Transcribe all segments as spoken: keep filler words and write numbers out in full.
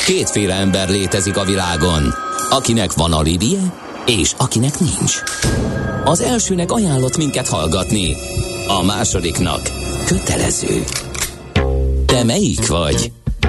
Kétféle ember létezik a világon, akinek van alibije, és akinek nincs. Az elsőnek ajánlott minket hallgatni, a másodiknak kötelező. Te melyik vagy?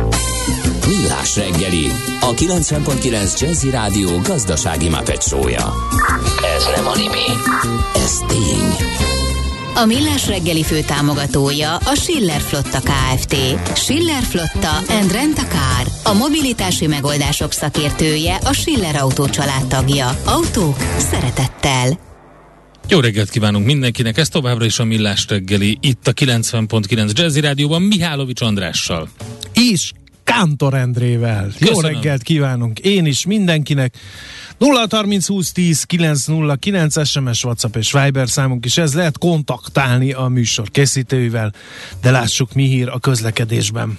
Millás reggeli, a kilencven pont kilenc Jazzy Rádió gazdasági Muppet show-ja. Ez nem anime, ez tény. A Millás reggeli fő támogatója a Schiller Flotta Kft. Schiller Flotta and Rent a Car. A mobilitási megoldások szakértője, a Schiller Autó család tagja. Autók szeretettel. Jó reggelt kívánunk mindenkinek, ez továbbra is a Millás reggeli, itt a kilencven pont kilenc Jazzy Rádióban Mihálovics Andrással. És Kántor Endrével. Jó Köszönöm. reggelt kívánunk én is mindenkinek. nulla harminc húsz tíz kilenc nulla kilenc es em es, WhatsApp és Viber számunk is, ez lehet kontaktálni a műsor készítőivel, de lássuk, mi hír a közlekedésben.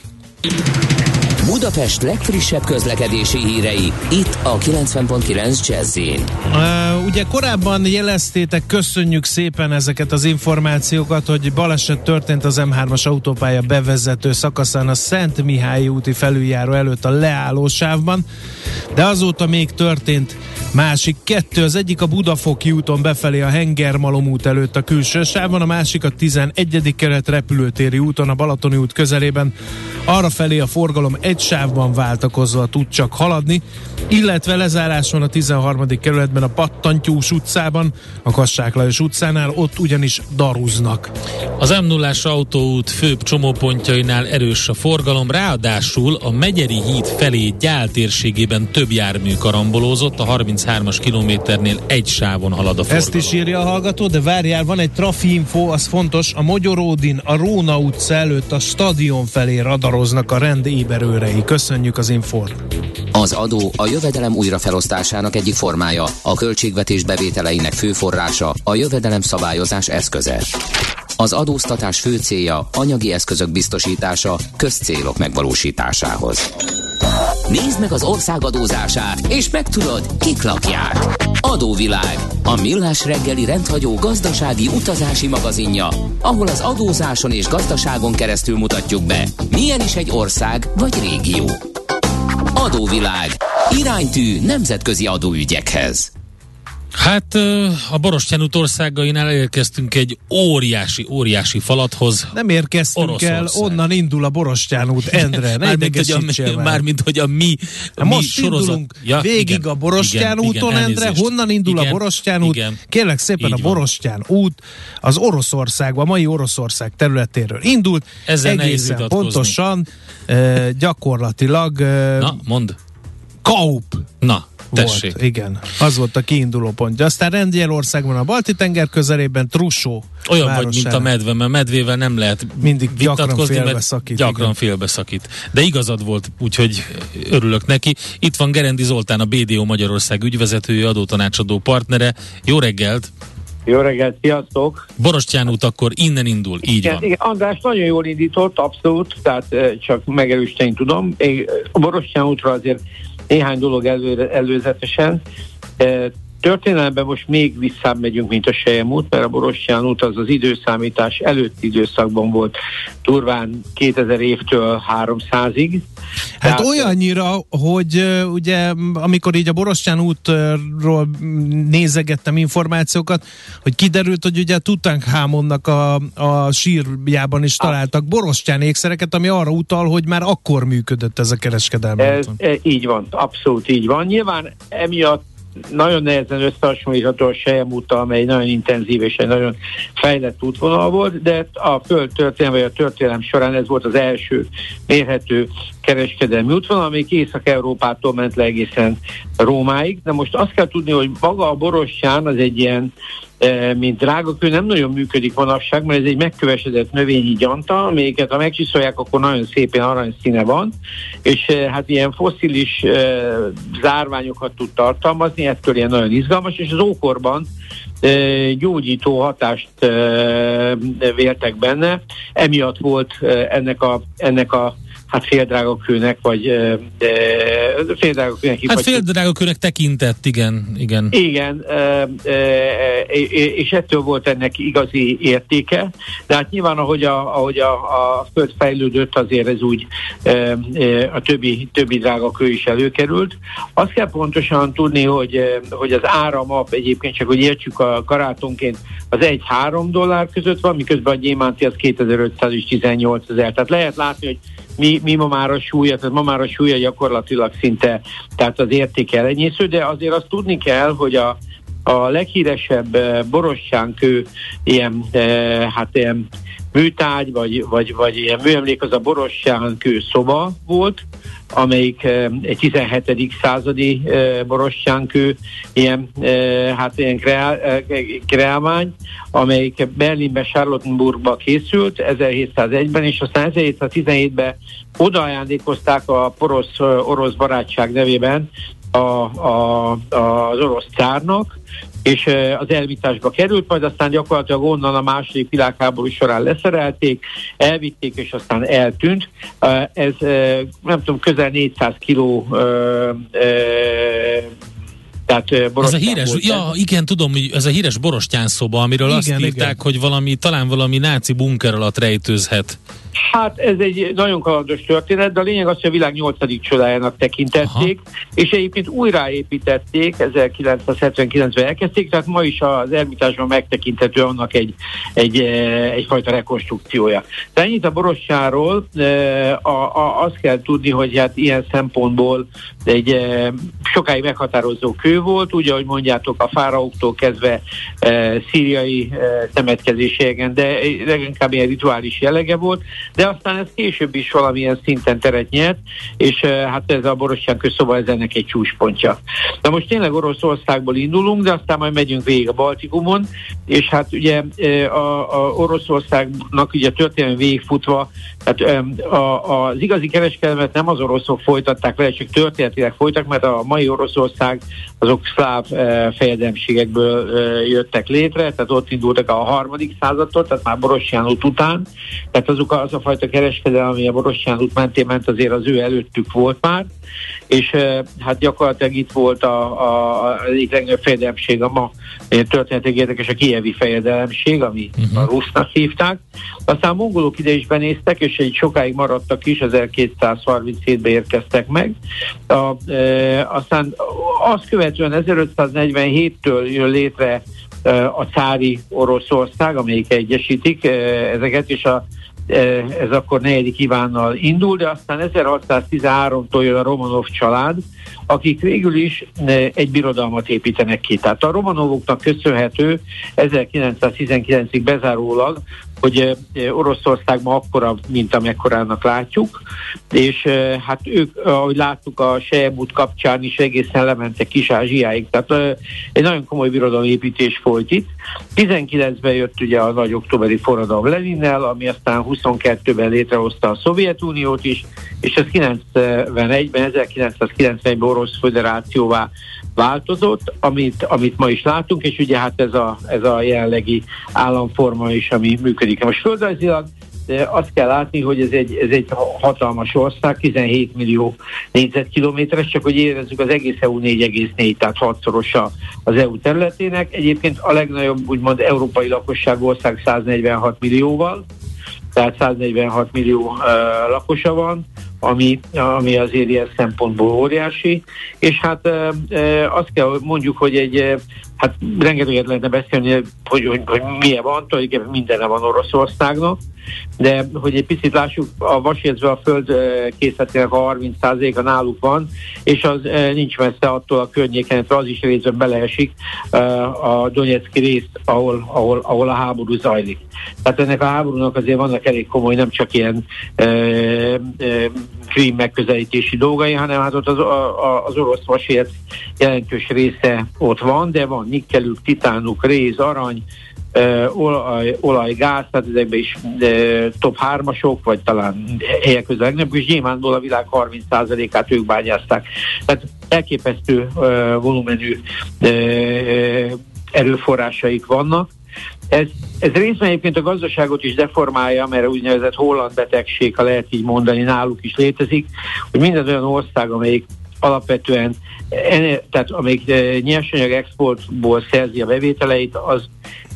Budapest legfrissebb közlekedési hírei, itt a kilencven pont kilenc Jazzyn. Uh, ugye korábban jeleztétek, köszönjük szépen ezeket az információkat, hogy baleset történt az em hármas autópálya bevezető szakaszán a Szent Mihály úti felüljáró előtt a leállósávban, de azóta még történt másik kettő. Az egyik a Budafoki úton befelé a Hengermalom út előtt a külső sávban, a másik a tizenegyedik kerület repülőtéri úton a Balatoni út közelében. Arrafelé a forgalom egy sávban váltakozva tud csak haladni, illetve lezárás van a tizenharmadik kerületben a Pattantyús utcában, a Kassák Lajos utcánál, ott ugyanis daruznak. Az em nullás autóút főbb csomópontjainál erős a forgalom, ráadásul a Megyeri híd felé Gyál térségében több jármű karambolózott, a harminchármas kilométernél egy sávon halad a forgalom. Ezt is írja a hallgató, de várjál, van egy trafi-info, az fontos, a Mogyoródin, a Róna utca előtt a stadion felé radaroznak a rend éberőrei. Köszönjük az infót. Az adó a jövedelem újrafelosztásának egyik formája, a költségvetés bevételeinek fő forrása, a jövedelem szabályozás eszköze. Az adóztatás fő célja anyagi eszközök biztosítása közcélok megvalósításához. Nézd meg az ország adózását, és megtudod, kik lakják. Adóvilág, a Millás reggeli rendhagyó gazdasági utazási magazinja, ahol az adózáson és gazdaságon keresztül mutatjuk be, milyen is egy ország vagy régió. Adóvilág, iránytű nemzetközi adóügyekhez. Hát a Borostyán út országainál elérkeztünk egy óriási, óriási falathoz. Nem érkeztünk Oroszország. el, onnan indul a Borostyán út, Endre, ne idegesítsél már. Mármint, hogy a mi, a mi most sorozat... indulunk ja, végig igen, a Borostyán igen, úton, igen, Endre, elnézést. honnan indul igen, a Borostyán út? Igen, Kérlek szépen, így a van. Borostyán út az Oroszországban, a mai Oroszország területéről indult. Ezzel nehéz egészen vitatkozni. pontosan, e, gyakorlatilag e, Na, mondd. Kaup. Na, tessék. Volt, igen. Az volt a kiinduló pontja. Aztán Lengyelországban a Balti-tenger közelében Trusó Olyan városára. vagy, mint a medve, mert medvével nem lehet Mindig gyakran vitatkozni, mert félbeszakít, gyakran igen. félbeszakít. De igazad volt, úgyhogy örülök neki. Itt van Gerendi Zoltán, a bé dé o Magyarország ügyvezetője, adótanácsadó partnere. Jó reggelt! Jó reggelt, sziasztok! Borostyán út akkor innen indul, így igen, van. igen, András nagyon jól indított, abszolút, tehát e, csak megerősíteni tudom. Én, a Borostyán útra azért néhány dolog elő, előzetesen. E, történelemben most még visszább megyünk, mint a Selyem út, mert a Borostyán út az az időszámítás előtti időszakban volt durván kétezer évtől háromszázig. Hát Tehát, olyannyira, hogy uh, ugye amikor így a Borostyán útról nézegettem információkat, hogy kiderült, hogy ugye Tutanchamonnak a, a sírjában is találtak Borostyán ékszereket, ami arra utal, hogy már akkor működött ez a kereskedelmi ez, úton. e, így van, abszolút így van. Nyilván emiatt nagyon nehezen összehasonlítható a Selyem úttal, amely nagyon intenzív és egy nagyon fejlett útvonal volt, de a föld történelem, vagy a történelem során ez volt az első mérhető kereskedelmi útvonal, amelyik Észak-Európától ment le egészen Rómáig. De most azt kell tudni, hogy maga a Borostyán az egy ilyen, mint drágakő, nem nagyon működik manapság, mert ez egy megkövesedett növényi gyanta, amelyiket ha megcsiszolják, akkor nagyon szépen aranyszíne van, és hát ilyen fosszilis zárványokat tud tartalmazni, ettől ilyen nagyon izgalmas, és az ókorban gyógyító hatást véltek benne, emiatt volt ennek a, ennek a hát féldrágakőnek, vagy e, féldrágakőnek Hát féldrágakőnek tekintett, igen. Igen, igen e, e, és ettől volt ennek igazi értéke, de hát nyilván ahogy a, ahogy a, a föld fejlődött, azért ez úgy e, e, a többi, többi drágakő is előkerült. Azt kell pontosan tudni, hogy, hogy az áramap egyébként, csak hogy értsük, a karátonként az egy-három dollár között van, miközben a gyémánti az kétezer-ötszáz és tizennyolcezer. Tehát lehet látni, hogy mi, mi ma már a súlya, tehát ma már a súlya gyakorlatilag szinte, tehát az értéke elenyésző, de azért azt tudni kell, hogy a, a leghíresebb borostyánkő ilyen, hát ilyen műtárgy, vagy, vagy, vagy ilyen műemlék, az a borostyánkő szoba volt, amelyik egy tizenhetedik századi borostyánkő, ilyen, hát ilyen kreál, kreálmány, amelyik Berlinben, Charlottenburgban készült ezerhétszázegyben, és aztán ezerhétszáztizenhétben odaajándékozták a porosz orosz barátság nevében a, a, az orosz cárnak, és az elvitásba került, majd aztán gyakorlatilag onnan a második világháború során leszerelték, elvitték, és aztán eltűnt. Ez nem tudom, közel négyszáz kiló tehát ez a híres, ja, igen, tudom, hogy ez a híres borostyán szoba, amiről igen, azt írták, igen. hogy valami, talán valami náci bunker alatt rejtőzhet. Hát ez egy nagyon kalandos történet, de a lényeg az, hogy a világ nyolcadik csodájának tekintették, aha. és egyébként újraépítették, ezerkilencszázhetvenkilencben elkezdték, tehát ma is az Ermitásban megtekinthető annak egy, egy, egyfajta rekonstrukciója. De ennyit a borostyánról, a, a, azt kell tudni, hogy hát ilyen szempontból egy sokáig meghatározó kő volt, úgy, ahogy mondjátok, a fáraóktól kezdve szíriai temetkezéségen, de leginkább ilyen rituális jellege volt, de aztán ez később is valamilyen szinten teret nyert, és hát ez a borostyánkő szoba, ez ennek egy csúcspontja. Na most tényleg Oroszországból indulunk, de aztán majd megyünk végig a Baltikumon, és hát ugye a, a Oroszországnak ugye történelmi végigfutva, tehát a, az igazi kereskedelmet nem az oroszok folytatták vele, csak történetileg folytak, mert a mai Oroszország azok szláv fejedelemségekből jöttek létre, tehát ott indultak a harmadik századtól, tehát már Borostyán út után, tehát azok az a fajta kereskedelem, ami a Borostyán út mentén ment, azért az ő előttük volt már, és hát gyakorlatilag itt volt a, a, a egyik legnagyobb fejedelemség, a ma történetileg érdekes a kijevi fejedelemség, ami uh-huh. a rusznak hívták. Aztán a mongolok ide is benéztek, és egy sokáig maradtak is, ezerkétszázharminchétben érkeztek meg. A, e, aztán azt követően ezerötszáznegyvenhéttől jön létre e, a cári Oroszország, amelyik egyesítik e, ezeket, és a ez akkor negyedik Ivánnal indul, de aztán ezerhatszáztizenháromtól jön a Romanov család, akik végül is egy birodalmat építenek ki. Tehát a Romanovoknak köszönhető ezerkilencszáztizenkilencig bezárólag, hogy Oroszországban akkora, mint amekkorának látjuk, és hát ők, ahogy láttuk a Selyemút kapcsán is egészen lementek Kis-Ázsiáig, tehát egy nagyon komoly birodalomépítés folyt itt. tizenkilencben jött ugye a nagy októberi forradalom Leninnel, ami aztán huszonkettőben létrehozta a Szovjetuniót is, és ez kilencvenegyben, ezerkilencszázkilencvenegyben Orosz Föderációvá változott, amit, amit ma is látunk, és ugye hát ez a, ez a jelenlegi államforma is, ami működik. Most földrajzilag azt kell látni, hogy ez egy, ez egy hatalmas ország, tizenhét millió négyzetkilométeres, csak hogy érezzük, az egész é u négy egész négy, tehát hatszorosa az é u területének. Egyébként a legnagyobb, úgymond európai lakosságú ország száznegyvenhat millióval, tehát száznegyvenhat millió uh, lakosa van, ami, ami azért ilyen szempontból óriási, és hát uh, uh, azt kell mondjuk, hogy egy, uh, hát rengeteget lehetne beszélni, hogy, hogy, hogy milyen van, tulajdonképpen mindenne van Oroszországnak, de hogy egy picit lássuk, a vasércben a föld készletének a harminc százaléka náluk van, és az nincs messze attól a környéken, az is részben beleesik a Donetszki részt, ahol, ahol, ahol a háború zajlik. Tehát ennek a háborúnak azért vannak elég komoly, nem csak ilyen krím megközelítési dolgai, hanem hát ott az, a, az orosz vasérc jelentős része ott van, de van nikkelük, titánuk, réz, arany, Uh, olaj, olaj, gáz, tehát ezekben is uh, top hármasok, vagy talán helyek közül legnagyobb, és gyémántból a világ harminc százalékát ők bányázták. Tehát elképesztő uh, volumenű uh, erőforrásaik vannak, Ez, ez részben egyébként a gazdaságot is deformálja, mert úgynevezett holland betegség, ha lehet így mondani, náluk is létezik, hogy minden olyan ország, amelyik alapvetően, tehát amelyik nyersanyag exportból szerzi a bevételeit, az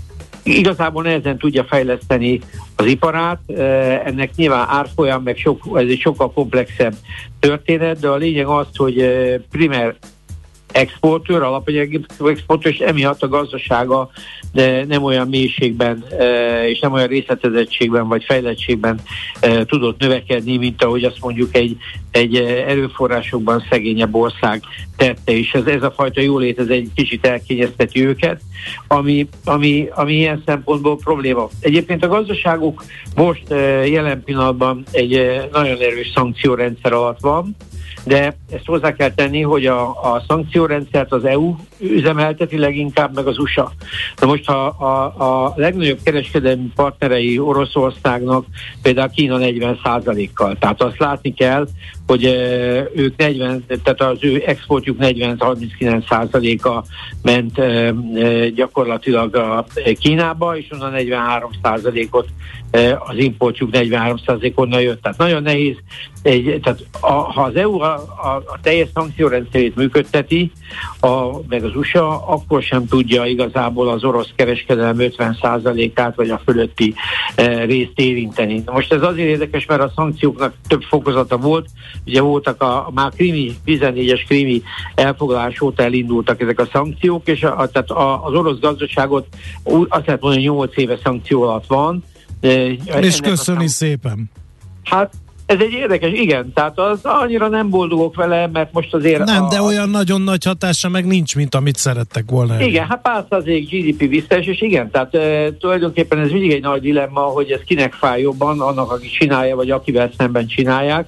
igazából nehezen tudja fejleszteni az iparát. Ennek nyilván árfolyam, meg sok, ez egy sokkal komplexebb történet, de a lényeg az, hogy primer exportőr, alapanyag exportőr, és emiatt a gazdasága de nem olyan mélységben és nem olyan részletezettségben vagy fejlettségben tudott növekedni, mint ahogy azt mondjuk egy, egy erőforrásokban szegényebb ország tette, és ez, ez a fajta jólét, ez egy kicsit elkényezteti őket, ami, ami, ami ilyen szempontból probléma. Egyébként a gazdaságuk most jelen pillanatban egy nagyon erős szankciórendszer alatt van, de ezt hozzá kell tenni, hogy a, a szankciórendszert az é u üzemelteti leginkább, meg az u es á. Na most, ha a, a legnagyobb kereskedelmi partnerei Oroszországnak például Kína negyven százalékkal. Tehát azt látni kell, hogy e, ők negyven, tehát az ő exportjuk negyven-harminckilenc százaléka ment e, e, gyakorlatilag a Kínába, és onnan negyvenhárom százalékot e, az importjuk negyvenhárom százalék onnan jött. Tehát nagyon nehéz, egy, tehát a, ha az é u a, a, a teljes szankciórendszerét működteti, a, meg az u es á, akkor sem tudja igazából az orosz kereskedelem ötven százalékát vagy a fölötti e, részt érinteni. Most ez azért érdekes, mert a szankcióknak több fokozata volt. Ugye voltak a, a már krimi, tizennégyes krimi elfoglalás óta elindultak ezek a szankciók, és a, a, tehát a, az orosz gazdaságot azt lehet mondani, hogy nyolc éve szankció alatt van. E, és köszöni szank... szépen. Hát ez egy érdekes, igen, tehát az annyira nem boldogok vele, mert most azért... Nem, a, de olyan nagyon nagy hatása meg nincs, mint amit szerettek volna. Igen, elég. Hát pár százalék gé dé pé visszaesés, igen, tehát e, tulajdonképpen ez mindig egy nagy dilemma, hogy ez kinek fáj jobban, annak, aki csinálja, vagy akivel szemben csinálják.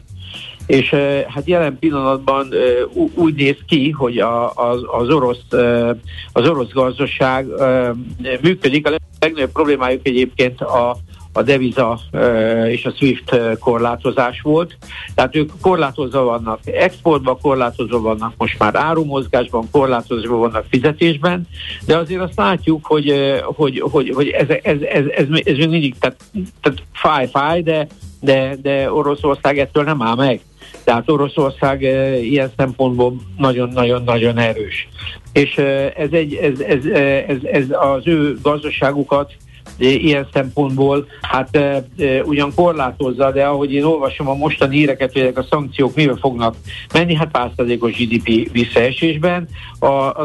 És e, hát jelen pillanatban e, úgy néz ki, hogy a, az, az, orosz, e, az orosz gazdaság e, működik. A legnagyobb problémájuk egyébként a a deviza és a SWIFT korlátozás volt. Tehát ők korlátozva vannak exportban, korlátozva vannak most már árumozgásban, korlátozva vannak fizetésben, de azért azt látjuk, hogy, hogy, hogy, hogy ez, ez, ez, ez, ez még mindig tehát, tehát fáj, fáj, de, de, de Oroszország ettől nem áll meg. Tehát Oroszország e, ilyen szempontból nagyon-nagyon-nagyon erős. És e, ez, egy, ez, ez, ez, ez az ő gazdaságukat ilyen szempontból hát e, e, ugyan korlátozza, de ahogy én olvasom a mostani híreket, hogy a szankciók mivel fognak menni, hát pár százalékos gé dé pé visszaesésben. A, a,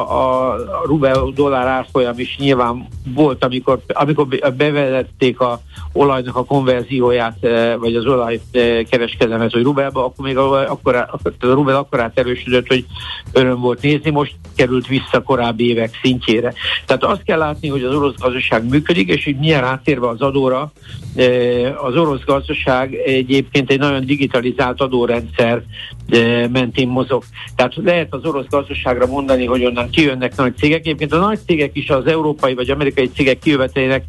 a, a rubel-dollár árfolyam is nyilván volt, amikor, amikor bevezették a olajnak a konverzióját, e, vagy az olaj e, kereskedelmet, hogy rubelba, akkor még a, akkor, a, a rubel akkorát erősödött, hogy öröm volt nézni, most került vissza korábbi évek szintjére. Tehát azt kell látni, hogy az orosz gazdaság működik, és így milyen rátérve az adóra, az orosz gazdaság egyébként egy nagyon digitalizált adórendszer mentén mozog. Tehát lehet az orosz gazdaságra mondani, hogy onnan kijönnek nagy cégek. Egyébként a nagy cégek is, az európai vagy amerikai cégek kijövetelének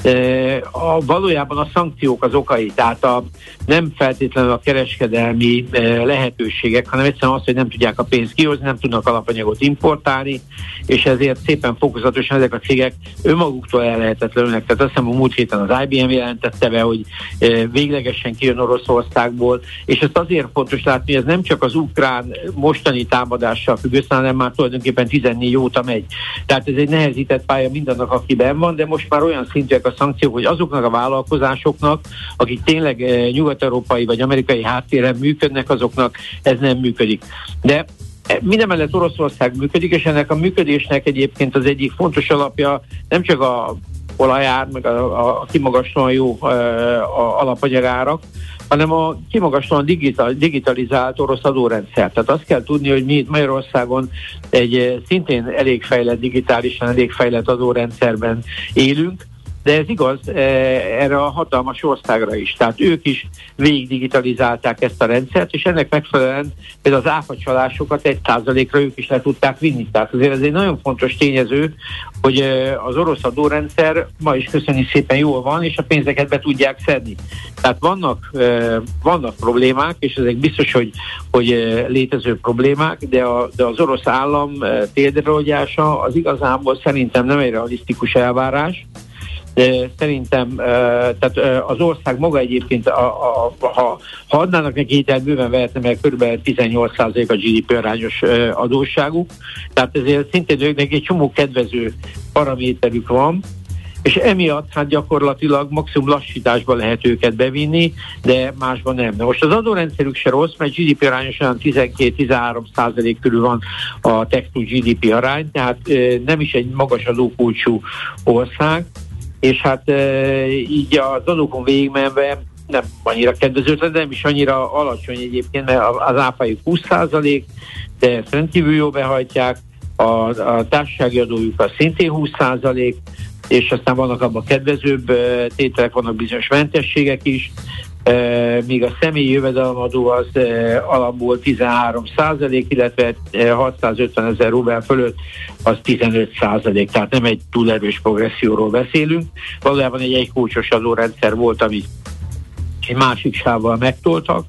a, valójában a szankciók az okai. Tehát a, nem feltétlenül a kereskedelmi lehetőségek, hanem egyszerűen az, hogy nem tudják a pénzt kihozni, nem tudnak alapanyagot importálni, és ezért szépen fokozatosan ezek a cégek önmaguktól ellehetetlenülnek. Tehát azt hiszem, a múlt héten az i bé em jelentette be, hogy véglegesen kijön Oroszországból, és ezt azért fontos látni, hogy ez nem csak az ukrán mostani támadással függ össze, hanem már tulajdonképpen tizennégy óta megy. Tehát ez egy nehezített pálya mindannak, aki benn van, de most már olyan szintűek a szankciók, hogy azoknak a vállalkozásoknak, akik tényleg nyugat-európai vagy amerikai háttéren működnek, azoknak ez nem működik. De mindemellett Oroszország működik, és ennek a működésnek egyébként az egyik fontos alapja nem csak a olajár, meg a, a kimagaslóan jó a, a alapanyagárak, hanem a kimagaslóan digital, digitalizált orosz adórendszer. Tehát azt kell tudni, hogy mi itt Magyarországon egy szintén elég fejlett, digitálisan elég fejlett adórendszerben élünk, de ez igaz erre a hatalmas országra is. Tehát ők is végig digitalizálták ezt a rendszert, és ennek megfelelően például az áfacsalásokat egy százalékra ők is le tudták vinni. Tehát azért ez egy nagyon fontos tényező, hogy az orosz adórendszer ma is köszöni szépen jól van, és a pénzeket be tudják szedni. Tehát vannak, vannak problémák, és ezek biztos, hogy, hogy létező problémák, de, a, de az orosz állam térdrerogyása az igazából szerintem nem egy realisztikus elvárás. De szerintem tehát az ország maga egyébként, a, a, ha, ha adnának neki hitelt, bőven vehetne meg kb. tizennyolc százalék a gé dé pé arányos adósságuk. Tehát ezért szintén őknek egy csomó kedvező paraméterük van, és emiatt hát gyakorlatilag maximum lassításba lehet őket bevinni, de másban nem. De most az adórendszerük se rossz, mert gé dé pé arányosan tizenkét-tizenhárom százalék körül van a tex to gé dé pé arány, tehát nem is egy magas adókulcsú ország, és hát e, így az adókon végigmenve nem annyira kedvezőtlen, de nem is annyira alacsony egyébként, mert az áfájuk húsz százalék, de ezt rendkívül jól behajtják, a, a társasági adójuk az szintén húsz százalék, és aztán vannak abban kedvezőbb tételek, vannak bizonyos mentességek is, e, míg a személyi jövedelemadó az e, alapból tizenhárom százalék, illetve hatszázötven ezer rubel fölött az tizenöt százalék, tehát nem egy túl erős progresszióról beszélünk. Valójában egy egykulcsos adórendszer volt, amit egy másik sávval megtoltak,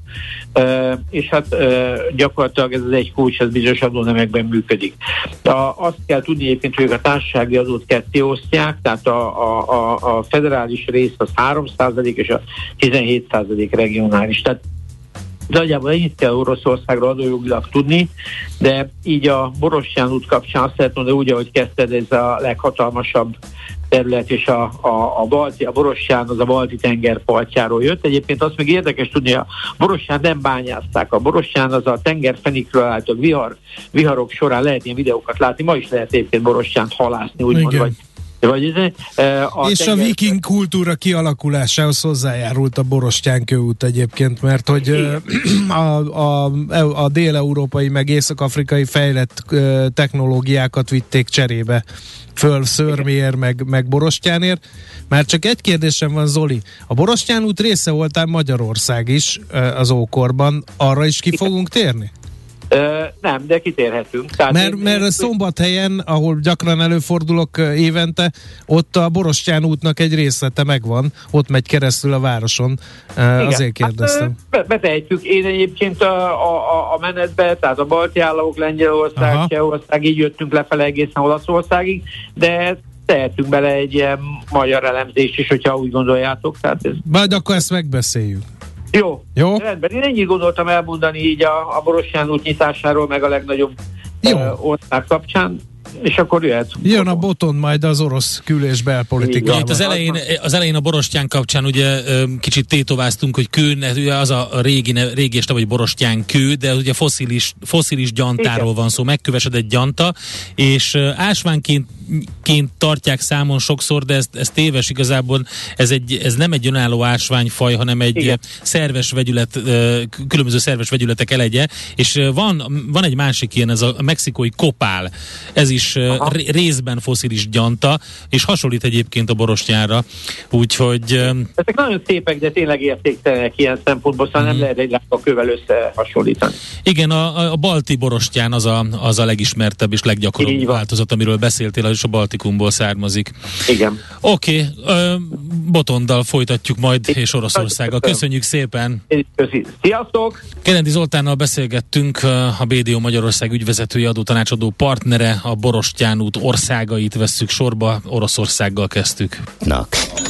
e, és hát e, gyakorlatilag ez az egy kulcs, ez bizonyos adónemekben működik. A, azt kell tudni egyébként, hogy a társasági adót ketté osztják, tehát a, a, a, a federális rész az három százalék és a tizenhét százalék regionális. Tehát nagyjából ennyit kell Oroszországra adójogilag tudni, de így a Borostyán út kapcsán azt lehet mondani, úgy, ahogy kezdted, ez a leghatalmasabb terület, és a, a, a, balti, a Borostyán az a balti tenger partjáról jött. Egyébként azt még érdekes tudni, a Borostyán nem bányázták. A Borostyán az a tengerfenikről álltak vihar, viharok során lehet ilyen videókat látni, ma is lehet egyébként Borostyánt halászni, úgymond, vagy Vagy ez, a és tenger... a viking kultúra kialakulásához hozzájárult a Borostyán kőút egyébként, mert hogy a, a, a dél-európai meg észak-afrikai fejlett technológiákat vitték cserébe föl Szörméért, meg, meg Borostyánért. Már csak egy kérdésem van, Zoli. A Borostyán út része voltál Magyarország is az ókorban. Arra is ki fogunk térni? Uh, nem, de kitérhetünk. Tehát mert, én, mert én, Szombathelyen, ahol gyakran előfordulok évente, ott a Borostyán útnak egy részlete megvan, ott megy keresztül a városon. Uh, azért kérdeztem. Hát, betejtjük. Én egyébként a, a, a menetbe, tehát a balti államok, Lengyelország, Csehország, így jöttünk lefele egészen Olaszországig, de tehetünk bele egy ilyen magyar elemzést is, hogyha úgy gondoljátok. Tehát ez... Majd akkor ezt megbeszéljük. Jó, Jó. Rendben. Én ennyit gondoltam elmondani így a, a Borostyán út nyitásáról, meg a legnagyobb uh, ország kapcsán, és akkor jöhet. Jön a boton majd az orosz kül- és belpolitikában. Itt az elején, az elején a Borostyán kapcsán ugye kicsit tétováztunk, hogy kő, az a régi, régi és vagy Borostyán kő, de ugye fosszilis, fosszilis gyantáról igen. van szó, megkövesedett gyanta, és ásványként ként tartják számon sokszor, de ez, ez téves igazából, ez, egy, ez nem egy önálló ásványfaj, hanem egy igen. szerves vegyület, különböző szerves vegyületek elegye, és van, van egy másik ilyen, ez a mexikói kopál, ez is Aha. részben fosszilis gyanta, és hasonlít egyébként a Borostyánra, úgyhogy... Ezek nagyon szépek, de tényleg értéktelenek ilyen szempontból, szóval mm. nem lehet egy látkakővel összehasonlítani. Igen, a, a balti Borostyán az a, az a legismertebb és leggyakoribb változat, amiről beszéltél, és a Baltikumból származik. Igen. Oké, okay, Botondal folytatjuk majd, és Oroszországgal. Köszönjük szépen! Köszi. Sziasztok! Kerendi Zoltánnal beszélgettünk, a bé dé o Magyarország ügyvezetője, adótanácsadó partnere, a Borostyán út országait vesszük sorba, Oroszországgal kezdtük. Nak.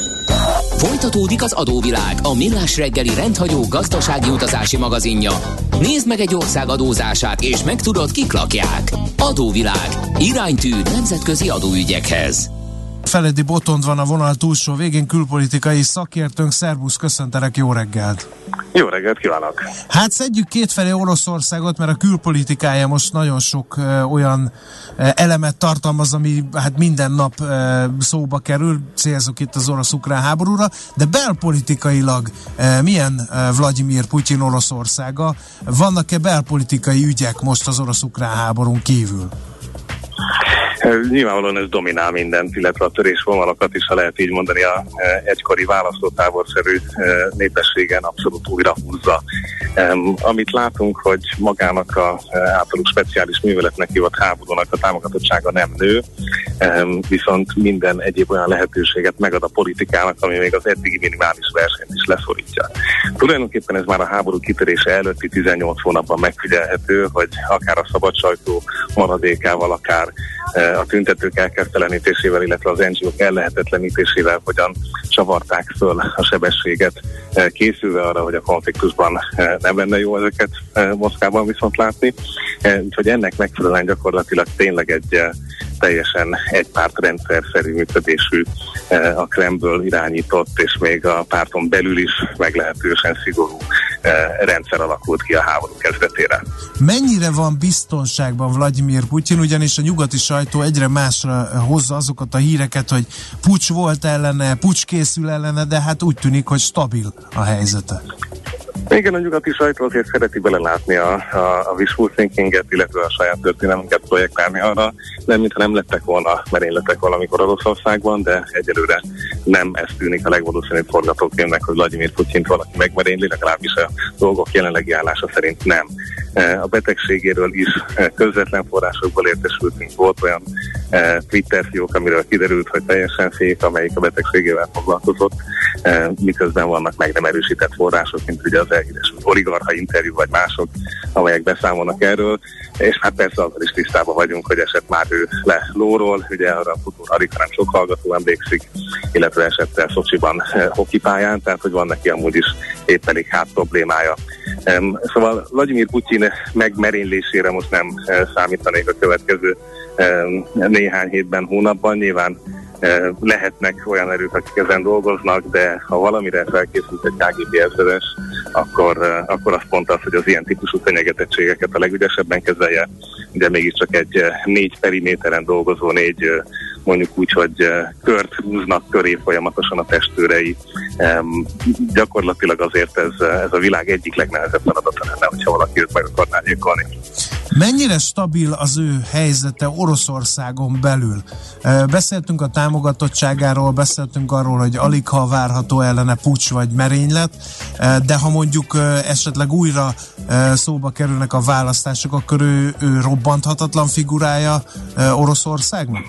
Folytatódik az adóvilág, a millás reggeli rendhagyó gazdasági utazási magazinja. Nézd meg egy ország adózását, és megtudod, kik lakják. Adóvilág. Iránytű nemzetközi adóügyekhez. Feledi Botond van a vonal túlsó végén, külpolitikai szakértőnk. Szervusz, köszöntelek, jó reggelt! Jó reggelt kívánok! Hát szedjük kétfelé Oroszországot, mert a külpolitikája most nagyon sok ö, olyan ö, elemet tartalmaz, ami hát minden nap ö, szóba kerül, célzok itt az orosz-ukrán háborúra, de belpolitikailag ö, milyen ö, Vladimir Putyin Oroszországa? Vannak-e belpolitikai ügyek most az orosz-ukrán háborún kívül? Nyilvánvalóan ez dominál mindent, illetve a törésvonalakat is, ha lehet így mondani, a egykori választótáborszerű népességen abszolút újra húzza. Amit látunk, hogy magának a általuk speciális műveletnek hívott háborúnak a támogatottsága nem nő, viszont minden egyéb olyan lehetőséget megad a politikának, ami még az eddigi minimális versenyt is leszorítja. Tulajdonképpen ez már a háború kitörése előtti tizennyolc hónapban megfigyelhető, hogy akár a szabad sajtó maradékával, akár a tüntetők elkertelenítésével, illetve az en gé ó-k ellehetetlenítésével hogyan csavarták föl a sebességet, készülve arra, hogy a konfliktusban nem lenne jó ezeket Moszkvában viszont látni. Úgyhogy ennek megfelelően gyakorlatilag tényleg egy teljesen egypártrendszerszerű működésű, a Kremlből irányított, és még a párton belül is meglehetősen szigorú rendszer alakult ki a háború kezdetére. Mennyire van biztonságban Vladimir Putyin, ugyanis a nyugati sajtó egyre másra hozza azokat a híreket, hogy puccs volt ellene, puccs készül ellene, de hát úgy tűnik, hogy stabil a helyzete. Igen, a nyugati sajtó azért szereti belelátni a, a, a wishful thinkinget, illetve a saját történelmünket projektálni arra, nem mintha nem lettek volna merényletek valamikor Oroszországban, de egyelőre nem ez tűnik a legvalószínűbb forgatókönyvnek, hogy Vladimir Putyint valaki megmerényli, legalábbis a dolgok jelenlegi állása szerint nem. A betegségéről is közvetlen forrásokból értesültünk, volt olyan Twitter fiók, amiről kiderült, hogy teljesen fék, amelyik a betegségével foglalkozott, miközben vannak meg nem erősített források, mint ugye az elhíresült oligarcha interjú vagy mások, amelyek beszámolnak erről, és hát persze azzal is tisztában vagyunk, hogy esett már ő le lóról, ugye arra a futó Harika nem sok hallgató emlékszik, illetve esett el Szocsiban hokipályán, tehát hogy van neki amúgy is épp elég hát problémája. Szóval Vladimir Putyin megmerénylésére most nem számítanék a következő néhány hétben, hónapban. Nyilván lehetnek olyan erők, akik ezen dolgoznak, de ha valamire felkészült egy ká gé bé ezredes, akkor, akkor az pont az, hogy az ilyen típusú fenyegetettségeket a legügyesebben kezelje, de mégiscsak egy négy periméteren dolgozó, négy mondjuk úgy, hogy kört húznak köré folyamatosan a testőrei. Gyakorlatilag azért ez, ez a világ egyik legnehezebb feladata lenne, hogyha valaki őt meg akarná gyilkolni. Mennyire stabil az ő helyzete Oroszországon belül? Beszéltünk a támogatottságáról, beszéltünk arról, hogy alig ha várható ellene puccs vagy merénylet, de ha mondjuk esetleg újra szóba kerülnek a választások, akkor ő, ő robbanthatatlan figurája Oroszországnak?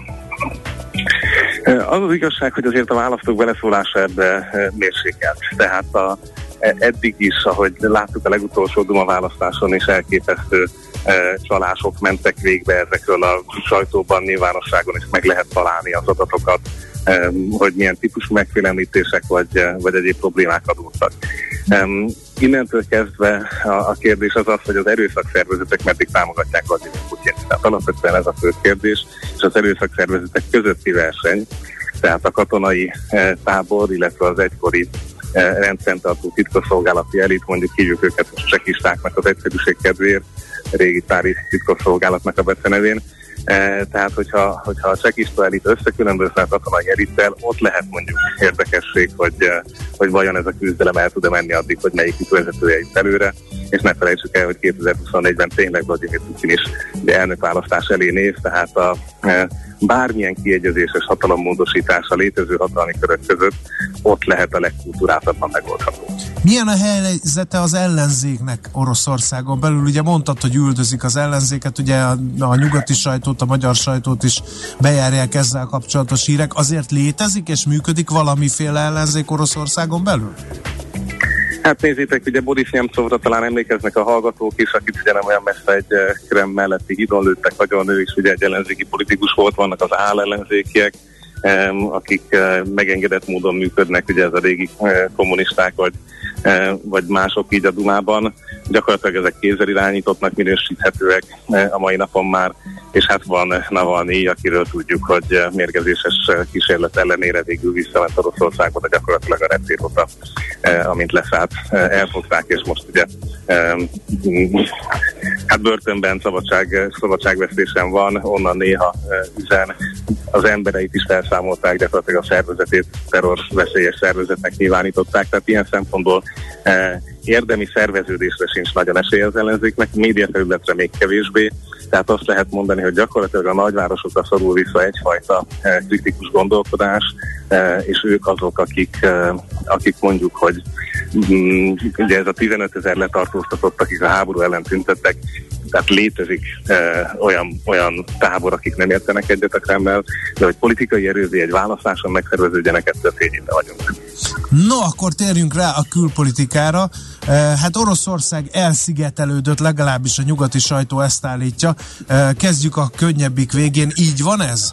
Az az igazság, hogy azért a választók beleszólása ebbe mérsékelt. Tehát a, eddig is, ahogy láttuk a legutolsó Duma választáson is, elképesztő csalások mentek végbe ezekről a sajtóban, nyilvánosságon is meg lehet találni az adatokat, hogy milyen típusú megfélemlítések vagy, vagy egyéb problémák adódtak. Innentől kezdve a, a kérdés az az, hogy az erőszakszervezetek meddig támogatják Vladimir Putyint. Tehát alapvetően ez a fő kérdés, és az erőszakszervezetek közötti verseny, tehát a katonai tábor, illetve az egykori rendfenntartó titkosszolgálati elit, mondjuk hívjuk őket a csekistáknak az egyszerűség kedvéért, régi tári titkosszolgálatnak a becenevén. E, tehát, hogyha, hogyha a csekista elit összekülönbözne a katonai elittel, ott lehet mondjuk érdekesség, hogy, hogy vajon ez a küzdelem el tud-e menni addig, hogy melyik vezetője itt előre, és ne felejtsük el, hogy kétezer-huszonnégyben tényleg Vladimir Putyin is elnökválasztás elé néz, tehát a e, bármilyen kiegyezéses hatalommódosítás a létező hatalmi körök között ott lehet a legkultúráltabban megoldható. Milyen a helyzete az ellenzéknek Oroszországon belül? Ugye mondtad, hogy üldözik az ellenzéket, ugye a, a nyugati sajtót, a magyar sajtót is bejárják ezzel kapcsolatos hírek. Azért létezik és működik valamiféle ellenzék Oroszországon belül? Hát nézzétek, ugye Boris Nemcovra talán emlékeznek a hallgatók is, akit ugye nem olyan messze egy Kreml melletti hídon lőttek, nagyon ő is ugye egy ellenzéki politikus volt, vannak az álellenzékiek, akik megengedett módon működnek, ugye ez a régi kommunisták, vagy, vagy mások így a Dumában. Gyakorlatilag ezek kézzel irányítottnak minősíthetőek a mai napon már, és hát van Navalnyi, akiről tudjuk, hogy mérgezéses kísérlet ellenére végül visszament Oroszországba, de gyakorlatilag a reptéróta, amint leszállt, elfogták, és most ugye hát börtönben szabadság, szabadságvesztésen van, onnan néha üzen, az embereit is felszámolták, gyakorlatilag a szervezetét terrorveszélyes szervezetnek nyilvánították, tehát ilyen szempontból érdemi szerveződésre sincs nagyon esélye az ellenzéknek, médiaterületre még kevésbé, Tehát azt lehet mondani, hogy gyakorlatilag a nagyvárosokra szorul vissza egyfajta kritikus gondolkodás, és ők azok, akik, akik mondjuk, hogy ugye ez a tizenötezer letartóztatott, akik a háború ellen tüntettek, tehát létezik olyan, olyan tábor, akik nem értenek egyet a Kreml-mel, de hogy politikai erőzé egy választáson megszerveződjenek, ettől fényében vagyunk. No, akkor térjünk rá a külpolitikára. Hát Oroszország elszigetelődött, legalábbis a nyugati sajtó ezt állítja. Kezdjük a könnyebbik végén. Így van ez?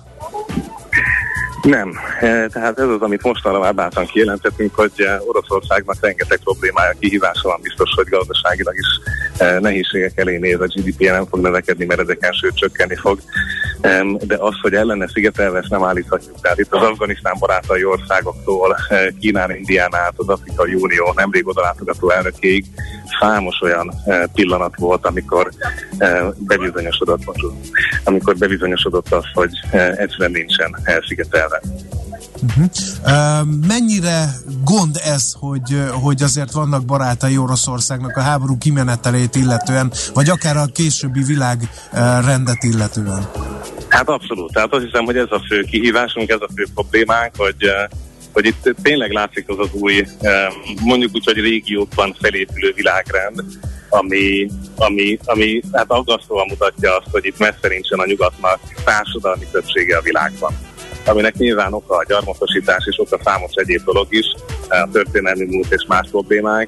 Nem. Tehát ez az, amit mostanra már bátran kijelentettünk, hogy Oroszországnak rengeteg problémája, kihívása van, biztos, hogy gazdaságilag is nehézségek elé néz, a gé dé pé nem fog növekedni meredeken, sőt csökkenni fog. De az, hogy ellene szigetelve, ezt nem állíthatjuk. Tehát itt az Afganisztán barátai országoktól, Kínán, Indián át, az Afrikai Unió nemrég odalátogató elnökéig számos olyan pillanat volt, amikor bebizonyosodott, amikor bebizonyosodott az, hogy egyszerűen nincsen elszigetelve. Uh-huh. Uh, mennyire gond ez, hogy, hogy azért vannak barátai Oroszországnak a háború kimenetelét illetően, vagy akár a későbbi világ uh, rendet illetően? Hát abszolút. Tehát azt hiszem, hogy ez a fő kihívásunk, ez a fő problémánk, hogy, hogy itt tényleg látszik az az új, mondjuk úgy, hogy régiókban felépülő világrend, ami, ami, ami hát aggasztóan mutatja azt, hogy itt messze nincsen a nyugatnak társadalmi többsége a világban. Aminek nyilván oka a gyarmatosítás és oka számos egyéb dolog is, a történelmi múlt és más problémák,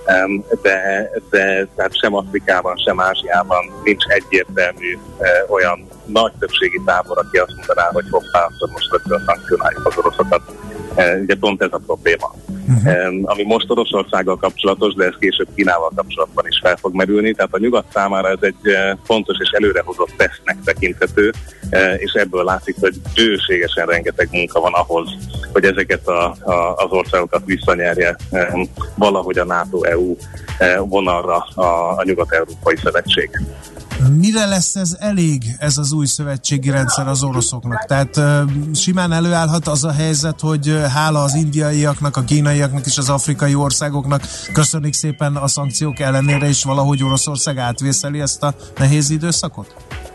de, de tehát sem Afrikában, sem Ázsiában nincs egyértelmű olyan nagy többségi tábor, aki azt mondaná, hogy hoppá, akkor most rögtön szankcionáljuk az oroszokat. Ugye pont ez a probléma. Uh-huh. Ami most Oroszországgal kapcsolatos, de ez később Kínával kapcsolatban is fel fog merülni, tehát a nyugat számára ez egy fontos és előrehozott tesztnek tekinthető, és ebből látszik, hogy bőségesen rengeteg munka van ahhoz, hogy ezeket a, a, az országokat visszanyerje valahogy a NATO-é u vonalra a, a Nyugat-Európai Szövetség. Mire lesz ez elég, ez az új szövetségi rendszer az oroszoknak? Tehát uh, simán előállhat az a helyzet, hogy uh, hála az indiaiaknak, a kínaiaknak és az afrikai országoknak köszönik szépen a szankciók ellenére, és valahogy Oroszország átvészeli ezt a nehéz időszakot?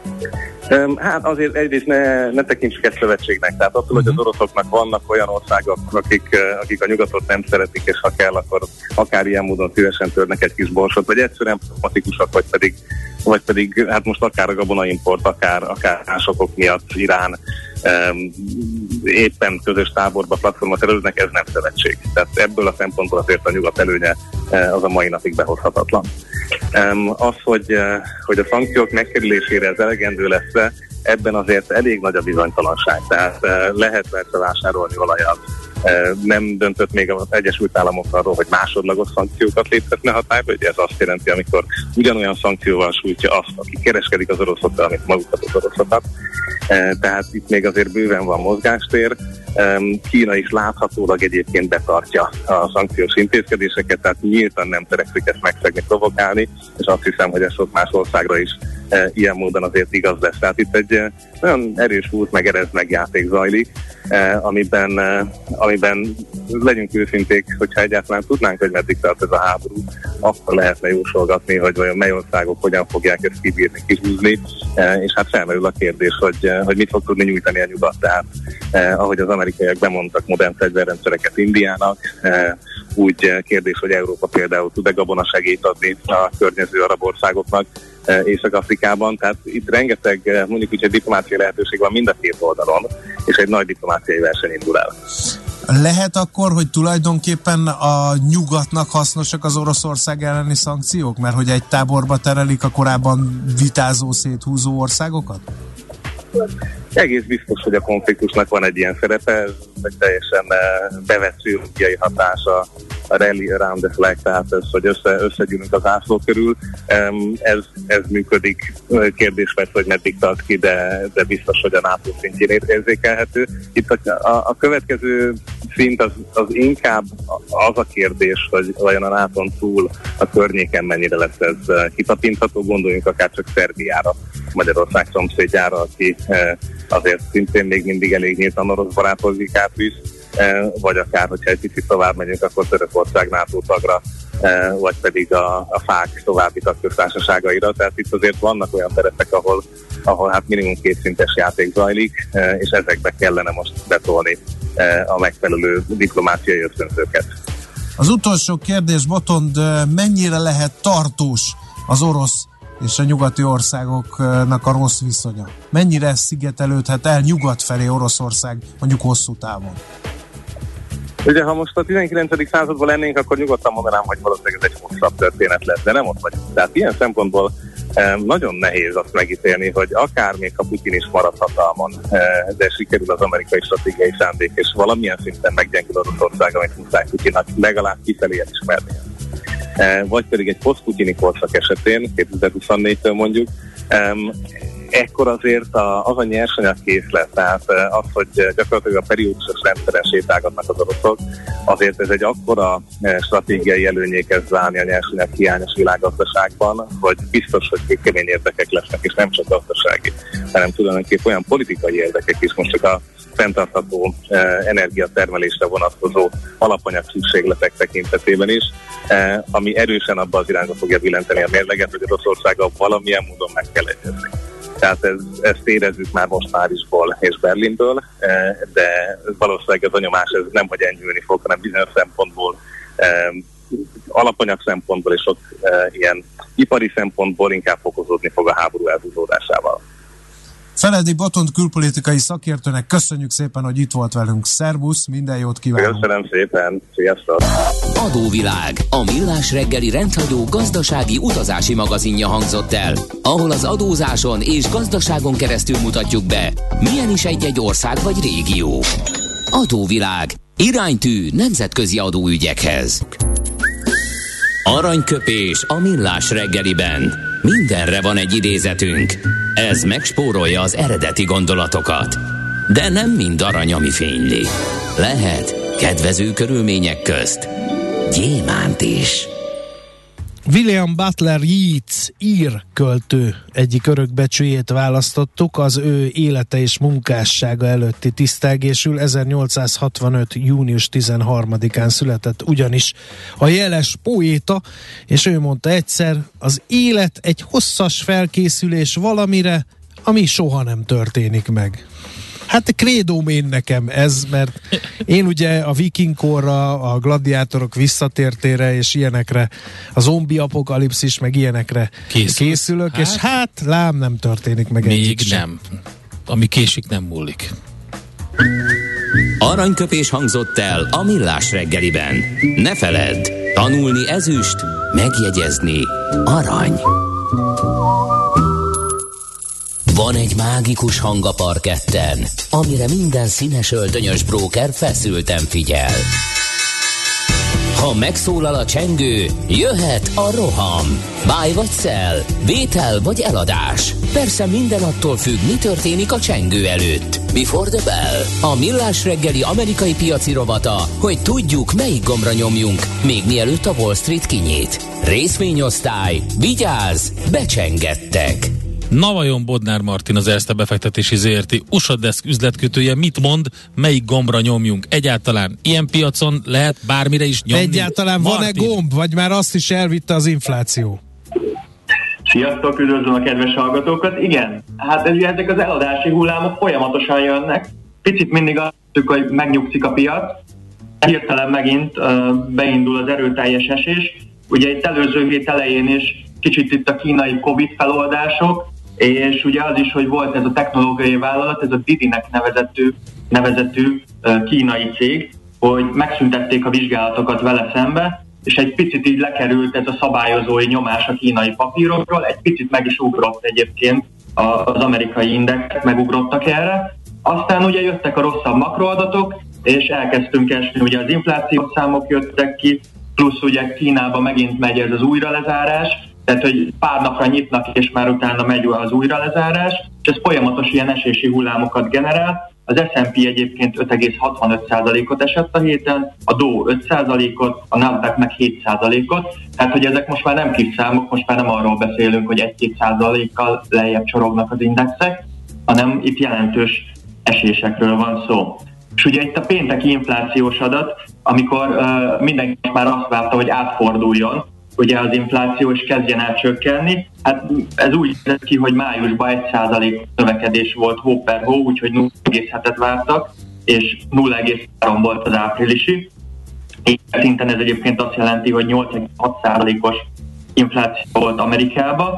Um, hát azért egyrészt ne, ne tekintsük ezt szövetségnek. Tehát attól, uh-huh. hogy az oroszoknak vannak olyan országok, akik, akik a nyugatot nem szeretik, és ha kell, akkor akár ilyen módon szívesen törnek egy kis borsot, vagy egyszerűen pragmatikusak, vagy pedig, vagy pedig hát most akár a gabonaimport, akár, akár másokok miatt Irán um, éppen közös táborba platformot erőznek, ez nem szövetség. Tehát ebből a szempontból azért a nyugat előnye az a mai napig behozhatatlan. Um, az, hogy, uh, hogy a szankciók megkerülésére ez elegendő lesz, ebben azért elég nagy a bizonytalanság. Tehát uh, lehet persze vásárolni olajat. Uh, nem döntött még az Egyesült Államok arról, hogy másodlagos szankciókat léptetne hatályba, ugye ez azt jelenti, amikor ugyanolyan szankcióval sújtja azt, aki kereskedik az oroszokkal, amit magukat az oroszokat. Uh, tehát itt még azért bőven van mozgástér. Um, Kína is láthatólag egyébként betartja a szankciós intézkedéseket, tehát nyíltan nem törekszik ezt megszegni, provokálni, és azt hiszem, hogy ez sok más országra is e, ilyen módon azért igaz lesz. Tehát itt egy e, nagyon erős út meg erez meg játék zajlik, e, amiben, e, amiben legyünk őszinték, hogyha egyáltalán tudnánk, hogy meddig tart ez a háború, akkor lehetne jósolgatni, hogy vajon mely országok hogyan fogják ezt kibírni, kihúzni, e, és hát felmerül a kérdés, hogy, hogy mit fog tudni nyújtani a nyugat. Tehát eh, ahogy az amerikaiak bemondtak modern fegyverrendszereket Indiának, eh, úgy kérdés, hogy Európa például tud-e gabonasegélyt adni a környező arab országoknak eh, Észak-Afrikában. Tehát itt rengeteg, mondjuk úgy, egy diplomáciai lehetőség van mind a két oldalon, és egy nagy diplomáciai verseny indul el. Lehet akkor, hogy tulajdonképpen a nyugatnak hasznosak az Oroszország elleni szankciók? Mert hogy egy táborba terelik a korábban vitázó, széthúzó országokat? Egész biztos, hogy a konfliktusnak van egy ilyen szerepe, ez egy teljesen bevett pszichológiai hatása, a rally around the flag, tehát ez, hogy össze, összegyűlünk az ászló körül. Ez, ez működik. Kérdés persze, hogy meddig tart ki, de, de biztos, hogy a NATO szintjén érzékelhető. Itt a, a, a következő szint az, az inkább az a kérdés, hogy vajon a náton túl a környéken mennyire lesz ez kitapintható. Gondoljunk akár csak Szerbiára, Magyarország szomszédjára, aki azért szintén még mindig elég nyíltan orosz barátlózikát visz, vagy akár, hogyha egy picit tovább megyünk, akkor Törökország NATO tagra vagy pedig a, a fák további tagköztársaságaira. Tehát itt azért vannak olyan terepek, ahol, ahol hát minimum kétszintes játék zajlik, és ezekbe kellene most betolni a megfelelő diplomáciai ösztönzőket. Az utolsó kérdés, Botond, mennyire lehet tartós az orosz és a nyugati országoknak a rossz viszonya? Mennyire szigetelődhet el nyugat felé Oroszország mondjuk hosszú távon? Ugye, ha most a tizenkilencedik században lennénk, akkor nyugodtan mondanám, hogy valószínűleg ez egy hosszabb történet lesz, de nem ott vagyunk. Tehát ilyen szempontból eh, nagyon nehéz azt megítélni, hogy akár még a Putyin is marad hatalmon, eh, de sikerül az amerikai stratégiai szándék, és valamilyen szinten meggyengül Oroszország, amit muszáj Putyinnak legalább kifelé elismerni. Eh, vagy pedig egy poszt-putyini korszak esetén, kétezer-huszonnégytől mondjuk, eh, ekkor azért a, az a nyersanyagkészlet, tehát az, hogy gyakorlatilag a periódusos rendszeren sétálgatnak az oroszok, azért ez egy akkora stratégiai előnyé kezd válni a nyersanyag hiányos világgazdaságban, hogy biztos, hogy kemény érdekek lesznek, és nem csak gazdasági, hanem tulajdonképpen olyan politikai érdekek is, most csak a fenntartható eh, energiatermelésre vonatkozó alapanyag szükségletek tekintetében is, eh, ami erősen abba az irányba fogja billenteni a mérleget, hogy Oroszországgal valamilyen módon meg kell egyezni. Tehát ez, ezt érezzük már most Párizsból és Berlinből, de valószínűleg ez a nyomás ez nem hogy enyhülni fog, hanem bizonyos szempontból, alapanyag szempontból és ott ilyen ipari szempontból inkább fokozódni fog a háború elhúzódásával. Feledi Botond külpolitikai szakértőnek köszönjük szépen, hogy itt volt velünk. Szervusz, minden jót kívánunk! Köszönöm szépen, sziasztok! Adóvilág, a millás reggeli rendhagyó gazdasági utazási magazinja hangzott el, ahol az adózáson és gazdaságon keresztül mutatjuk be, milyen is egy-egy ország vagy régió. Adóvilág, iránytű nemzetközi adóügyekhez. Aranyköpés a millás reggeliben. Mindenre van egy idézetünk. Ez megspórolja az eredeti gondolatokat. De nem mind arany, ami fényli. Lehet kedvező körülmények közt gyémánt is. William Butler Yeats, ír költő egyik örökbecsűjét választottuk, az ő élete és munkássága előtti tisztelgésül. ezernyolcszázhatvanöt. június tizenharmadikán született ugyanis a jeles poéta, és ő mondta egyszer: az élet egy hosszas felkészülés valamire, ami soha nem történik meg. Hát krédóm én nekem ez, mert én ugye a vikingkorra, a gladiátorok visszatértére és ilyenekre, a zombi apokalipszis meg ilyenekre Készül. készülök, hát, és hát lám nem történik meg még egyik nem. Ami késik, nem múlik. Aranyköpés hangzott el a millás reggeliben. Ne feledd, tanulni ezüst, megjegyezni arany. Van egy mágikus hang a parketten, amire minden színes öltönyös bróker feszülten figyel. Ha megszólal a csengő, jöhet a roham. Buy vagy sell, vétel vagy eladás. Persze minden attól függ, mi történik a csengő előtt. Before the bell, a millás reggeli amerikai piaci rovata, hogy tudjuk, melyik gombra nyomjunk, még mielőtt a Wall Street kinyit. Részvényosztály, vigyázz, becsengettek! Na vajon Bodnár Martin, az Erste befektetési zé er té u es á Desk üzletkötője mit mond, melyik gombra nyomjunk? Egyáltalán ilyen piacon lehet bármire is nyomni? Egyáltalán Martin, van-e gomb, vagy már azt is elvitte az infláció? Sziasztok, üdvözlöm a kedves hallgatókat. Igen, hát ez, ezek az eladási hullámok folyamatosan jönnek. Picit mindig azt mondjuk, hogy megnyugszik a piac. Hirtelen megint uh, beindul az erőteljes esés. Ugye itt előző hét elején is kicsit itt a kínai Covid feloldások, és ugye az is, hogy volt ez a technológiai vállalat, ez a Didi-nek nevezetű, nevezetű uh, kínai cég, hogy megszüntették a vizsgálatokat vele szembe, és egy picit így lekerült ez a szabályozói nyomás a kínai papírokról, egy picit meg is ugrott egyébként az amerikai indexek, megugrottak erre. Aztán ugye jöttek a rosszabb makroadatok, és elkezdtünk esni, ugye az inflációs számok jöttek ki, plusz ugye Kínában megint megy ez az újralezárás, tehát hogy pár napra nyitnak, és már utána megy az újralezárás, és ez folyamatos ilyen esési hullámokat generál. Az es and pé egyébként öt egész hatvanöt százalékot esett a héten, a Dow öt százalékot, a Nasdaq meg hét százalékot, tehát hogy ezek most már nem kis számok, most már nem arról beszélünk, hogy egy-két százalékkal lejjebb csorognak az indexek, hanem itt jelentős esésekről van szó. És ugye itt a pénteki inflációs adat, amikor uh, mindenki már azt várta, hogy átforduljon ugye az infláció, és kezdjen el csökkenni. Hát ez úgy nézett ki, hogy májusban egy százalék növekedés volt hó per hó, úgyhogy nulla egész hetet vártak, és nulla egész három volt az áprilisi. Így szinten ez egyébként azt jelenti, hogy nyolc egész hat százalékos infláció volt Amerikában,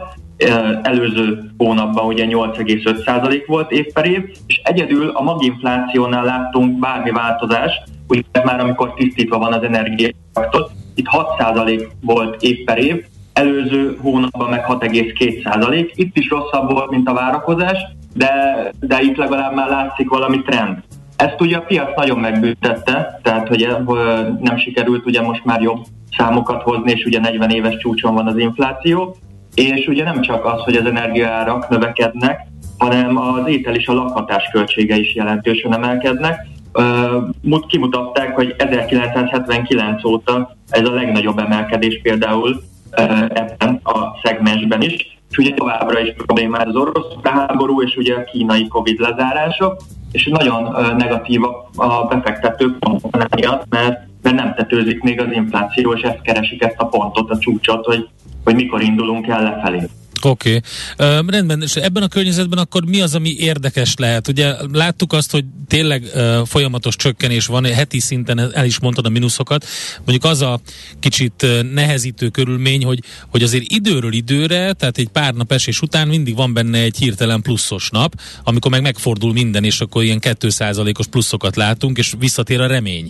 előző hónapban ugye nyolc egész öt százalék volt év per év, és egyedül a maginflációnál láttunk bármi változást, ugye már amikor tisztítva van az energiafaktor, itt hat százalék volt év per év, előző hónapban meg hat egész két százalék, itt is rosszabb volt, mint a várakozás, de, de itt legalább már látszik valami trend. Ezt ugye a piac nagyon megbüntette, tehát hogy nem sikerült ugye most már jobb számokat hozni, és ugye negyven éves csúcson van az infláció, és ugye nem csak az, hogy az energiaárak növekednek, hanem az étel és a lakhatás költsége is jelentősen emelkednek. Uh, kimutatták, hogy ezerkilencszázhetvenkilenc óta ez a legnagyobb emelkedés például uh, ebben a szegmensben is, és ugye továbbra is problémás az orosz háború és ugye a kínai Covid lezárások, és nagyon uh, negatív a, a befektetők ponton miatt, mert, mert nem tetőzik még az infláció, és ezt keresik, ezt a pontot, a csúcsot, hogy, hogy mikor indulunk el lefelé. Oké. Okay. Uh, rendben, és ebben a környezetben akkor mi az, ami érdekes lehet? Ugye láttuk azt, hogy tényleg uh, folyamatos csökkenés van, heti szinten el is mondtad a mínuszokat. Mondjuk az a kicsit uh, nehezítő körülmény, hogy, hogy azért időről időre, tehát egy pár nap esés után mindig van benne egy hirtelen pluszos nap, amikor meg megfordul minden, és akkor ilyen két százalékos pluszokat látunk, és visszatér a remény.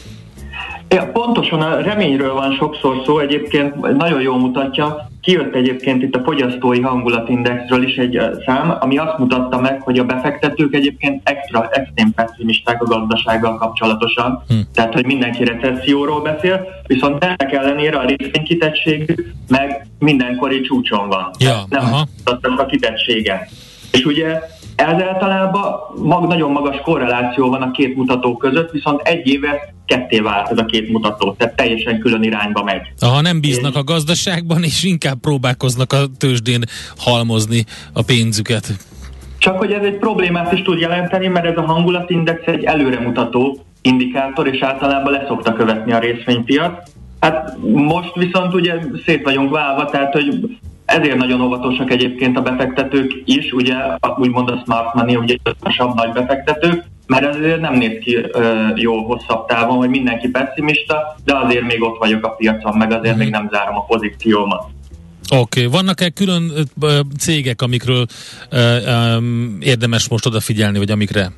Ja, pontosan a reményről van sokszor szó, egyébként nagyon jól mutatja. Kijött egyébként itt a fogyasztói hangulatindexről is egy szám, ami azt mutatta meg, hogy a befektetők egyébként extra, extrém pessimisták a gazdasággal kapcsolatosan. Hm. Tehát, hogy mindenki recesszióról beszél, viszont ennek ellenére a részvénykitettség meg mindenkori csúcson van. Ja, nem mutattak a kitettséget. És ugye ez általában mag, nagyon magas korreláció van a két mutató között, viszont egy éve ketté vált ez a két mutató, tehát teljesen külön irányba megy. Ha nem bíznak a gazdaságban, és inkább próbálkoznak a tőzsdén halmozni a pénzüket. Csak hogy ez egy problémát is tud jelenteni, mert ez a hangulatindex egy előremutató indikátor, és általában leszokta követni a részvénypiac. Hát most viszont ugye szét vagyunk válva, tehát hogy ezért nagyon óvatosak egyébként a befektetők is, ugye úgymond a smart money, ugye a nagy befektetők, mert ezért nem néz ki ö, jó hosszabb távon, hogy mindenki pessimista, de azért még ott vagyok a piacon, meg azért mm. még nem zárom a pozíciómat. Oké, okay. Vannak-e külön ö, cégek, amikről ö, ö, érdemes most odafigyelni, vagy amikre?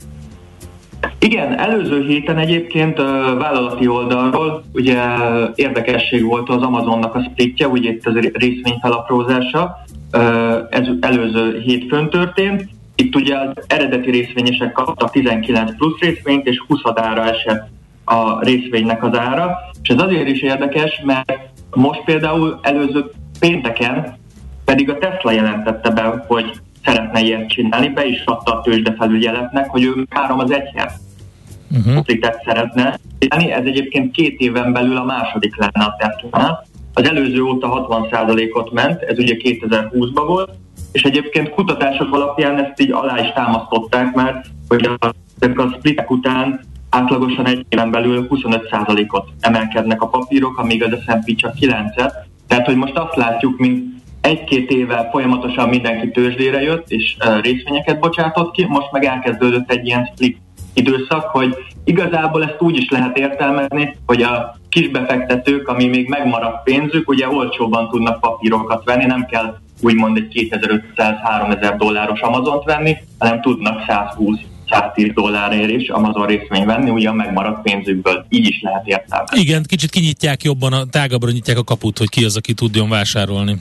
Igen, előző héten egyébként uh, vállalati oldalról ugye érdekesség volt az Amazonnak a splitje, ugye itt az részvényfelaprózása, uh, ez előző hétfőn történt. Itt ugye az eredeti részvényesek kaptak tizenkilenc plusz részvényt, és huszadára esett a részvénynek az ára, és ez azért is érdekes, mert most például előző pénteken pedig a Tesla jelentette be, hogy szeretne ilyet csinálni, be is adta a tőzsdefelügyeletnek, hogy ő három az egyhez uh-huh. szeretne. Ez egyébként két éven belül a második lenne a Tesla. Az előző óta hatvan százalékot ment, ez ugye kétezer-húszban volt, és egyébként kutatások alapján ezt így alá is támasztották már, hogy a, a splitek után átlagosan egy éven belül huszonöt százalékot emelkednek a papírok, amíg az es and pé csak kilencet. Tehát, hogy most azt látjuk, mint egy-két éve folyamatosan mindenki tőzsdére jött, és uh, részvényeket bocsátott ki, most meg elkezdődött egy ilyen split időszak, hogy igazából ezt úgy is lehet értelmezni, hogy a kisbefektetők, ami még megmaradt pénzük, ugye olcsóban tudnak papírokat venni, nem kell úgymond egy kétezer-ötszáz-háromezer dolláros Amazont venni, hanem tudnak százhúsz-száztíz dollárért is Amazon részvény venni, ugye a megmaradt pénzükből. Így is lehet értelmezni. Igen, kicsit kinyitják jobban, a, tágabbra nyitják a kaput, hogy ki az, aki tudjon vásárolni.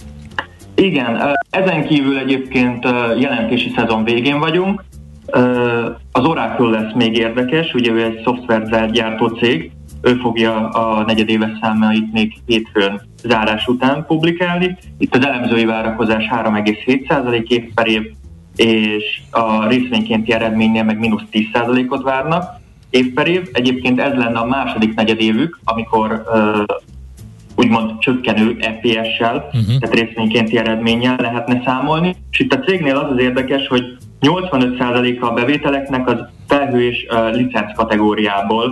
Igen, ezen kívül egyébként jelentési szezon végén vagyunk. Az Oracle lesz még érdekes, ugye ő egy szoftvergyártó cég, ő fogja a negyedéves számait még hétfőn zárás után publikálni. Itt az elemzői várakozás három egész hét százalék év per év, és a részvénykénti eredménynél meg mínusz tíz százalékot várnak év per év. Egyébként ez lenne a második negyedévük, amikor uh, úgymond csökkenő E P S-sel, uh-huh. tehát részvénykénti eredménnyel lehetne számolni. És itt a cégnél az az érdekes, hogy nyolcvanöt százaléka a bevételeknek az felhő és uh, licenc kategóriából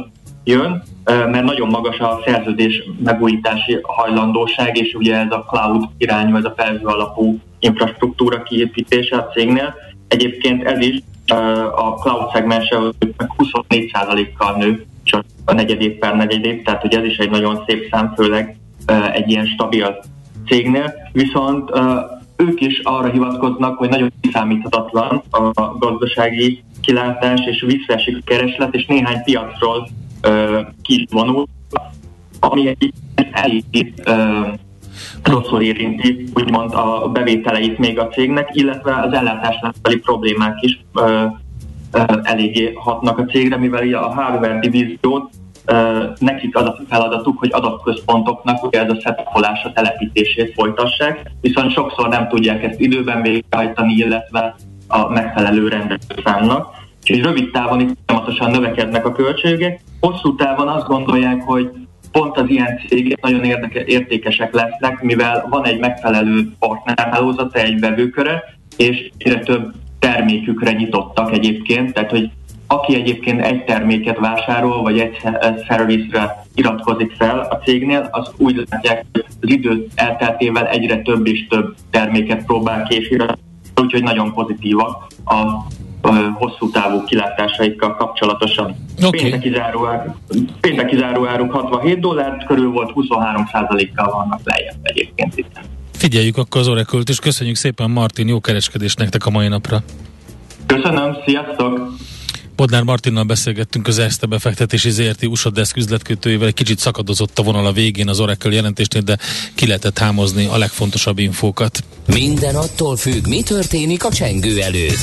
jön, mert nagyon magas a szerződés megújítási hajlandóság, és ugye ez a cloud irányú, ez a felhő alapú infrastruktúra kiépítése a cégnél. Egyébként ez is a cloud szegmense huszonnégy százalékkal nő, csak a negyedév per negyedév, tehát hogy ez is egy nagyon szép szám, főleg egy ilyen stabil cégnél. Viszont ők is arra hivatkoznak, hogy nagyon kiszámíthatatlan a gazdasági kilátás, és visszaesik a kereslet, és néhány piacról ki is vonul, ami egy elég rosszul érinti, úgymond a bevételeit még a cégnek, illetve az ellátásábeli problémák is ö, ö, eléggé hatnak a cégre, mivel a hardware divíziót ö, nekik az a feladatuk, hogy adatközpontoknak ugye ez a setupolása, telepítését folytassák, viszont sokszor nem tudják ezt időben végrehajtani, illetve a megfelelő rendelőszámnak. És rövid távon itt folyamatosan növekednek a költségek, hosszú távon azt gondolják, hogy pont az ilyen cégek nagyon érdeke, értékesek lesznek, mivel van egy megfelelő partnerhálózata, egy vevőköre, és egyre több termékükre nyitottak egyébként, tehát hogy aki egyébként egy terméket vásárol, vagy egy szervizre iratkozik fel a cégnél, az úgy látják, hogy az idő elteltével egyre több és több terméket próbál készíteni, úgyhogy nagyon pozitívak a hosszú távú kilátásaikkal kapcsolatosan. Okay. Pénteki záróáruk, pénteki záróáruk hatvanhét dollárt körül volt, huszonhárom százalékkal vannak lejjebb egyébként itt. Figyeljük akkor az Oracle-t, és köszönjük szépen, Martin, jó kereskedést nektek a mai napra. Köszönöm, sziasztok! Bodnár Martinnal beszélgettünk, az Erste befektetési zé er té u es á Desk üzletkötőjével. Egy kicsit szakadozott a vonal a végén az Oracle jelentésnél, de ki lehetett hámozni a legfontosabb infókat. Minden attól függ, mi történik a csengő előtt.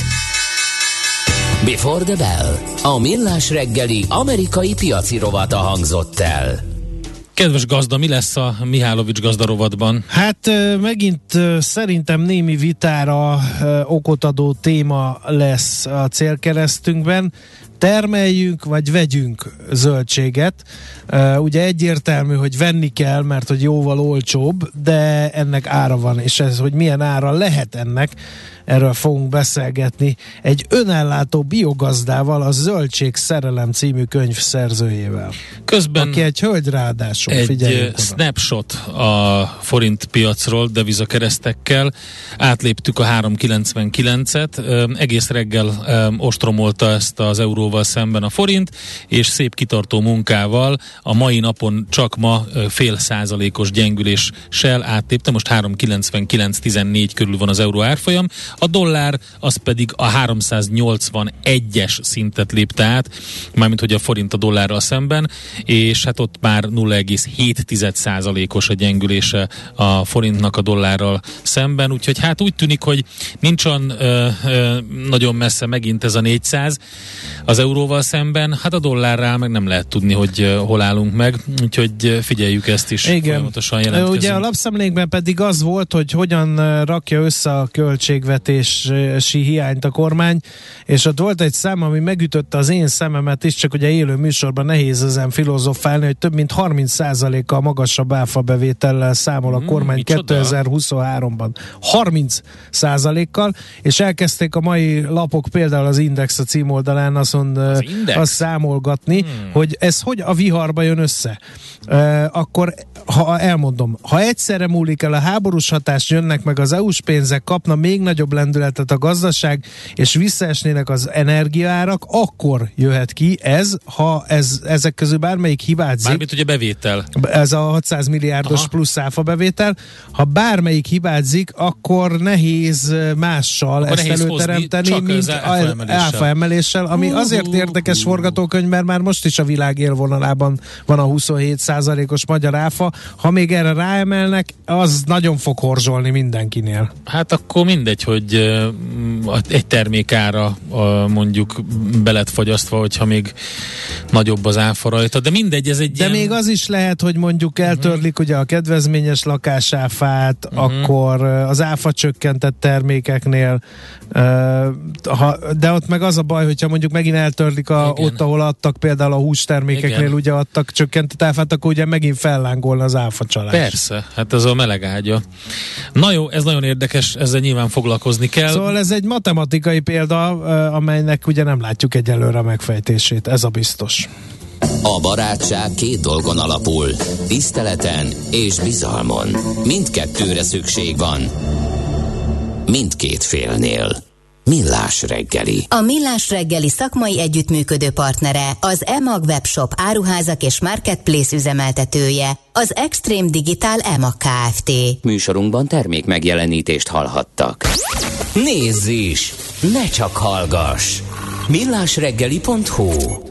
Before the Bell, a millás reggeli amerikai piaci rovata hangzott el. Kedves gazda, mi lesz a Mihálovics gazda rovatban? Hát megint szerintem némi vitára okot adó téma lesz a célkeresztünkben. Termeljünk, vagy vegyünk zöldséget. Uh, ugye egyértelmű, hogy venni kell, mert hogy jóval olcsóbb, de ennek ára van, és ez, hogy milyen ára lehet ennek, erről fogunk beszélgetni egy önellátó biogazdával, a Zöldség Szerelem című könyv szerzőjével. Közben aki egy hölgy ráadásul, egy snapshot a forint piacról devizakeresztekkel. Átléptük a három kilencvenkilencet, egész reggel ostromolta ezt az euróval szemben a forint, és szép kitartó munkával a mai napon csak ma fél százalékos gyengüléssel átlépte, most három kilencvenkilenc tizennégy körül van az euró árfolyam, a dollár az pedig a háromszáznyolcvanegyes szintet lépte át, mármint hogy a forint a dollárral szemben, és hát ott már nulla egész hét százalékos a gyengülése a forintnak a dollárral szemben, úgyhogy hát úgy tűnik, hogy nincs olyan ö, ö, nagyon messze megint ez a négyszáz az euróval szemben, hát a dollárral meg nem lehet tudni, hogy ö, hol állunk meg, úgyhogy figyeljük ezt is. Igen. Folyamatosan jelentkezünk. Ugye a lapszemlékben pedig az volt, hogy hogyan rakja össze a költségvetési hiányt a kormány, és ott volt egy szám, ami megütötte az én szememet is, csak ugye élő műsorban nehéz ezen filozofálni, hogy több mint harminc százalékkal magasabb áfa bevétellel számol a kormány hmm, kétezer-huszonháromban. harminc százalékkal, és elkezdték a mai lapok, például az Index a címoldalán azon az azt számolgatni, hmm. hogy ez hogy a viharba jön össze. Uh, akkor, ha elmondom, ha egyszerre múlik el a háborús hatás, jönnek meg az é u-s pénzek, kapna még nagyobb lendületet a gazdaság, és visszaesnének az energiaárak, akkor jöhet ki ez, ha ez, ezek közül bármelyik hibázik. Bármit ugye bevétel. Ez a hatszáz milliárdos Aha. plusz áfa bevétel. Ha bármelyik hibázik, akkor nehéz mással akkor ezt nehéz előteremteni, hozni, mint áfa emeléssel, ami uh-huh. azért érdekes forgatókönyv, mert már most is a világ élvonalában van a huszonhét százalékos magyar áfa. Ha még erre ráemelnek, az nagyon fog horzsolni mindenkinél. Hát akkor mindegy, hogy egy termék ára mondjuk be lett fagyasztva, hogyha még nagyobb az áfa rajta, de mindegy, ez egy De ilyen... még az is lehet, hogy mondjuk eltörlik uh-huh. ugye a kedvezményes lakásáfát, uh-huh. akkor az áfa csökkentett termékeknél, de ott meg az a baj, hogyha mondjuk megint eltörlik a, ott, ahol adtak, például a hústermékeknél Igen. ugye adtak csökkentett áfát, akkor ugye megint fellángolna az áfacsalás. Persze, hát ez a meleg ágya. Na jó, ez nagyon érdekes, ezzel nyilván foglalkozni kell. Szóval ez egy matematikai példa, amelynek ugye nem látjuk egyelőre a megfejtését, ez a biztos. A barátság két dolgon alapul, tiszteleten és bizalmon. Mindkettőre szükség van. Mindkét félnél. Millás reggeli. A Millás reggeli szakmai együttműködő partnere, az e-mag webshop áruházak és marketplace üzemeltetője, az Extreme Digital e-mag Kft. Műsorunkban termék megjelenítést hallhattak. Nézz is! Ne csak hallgass! millásreggeli pont hu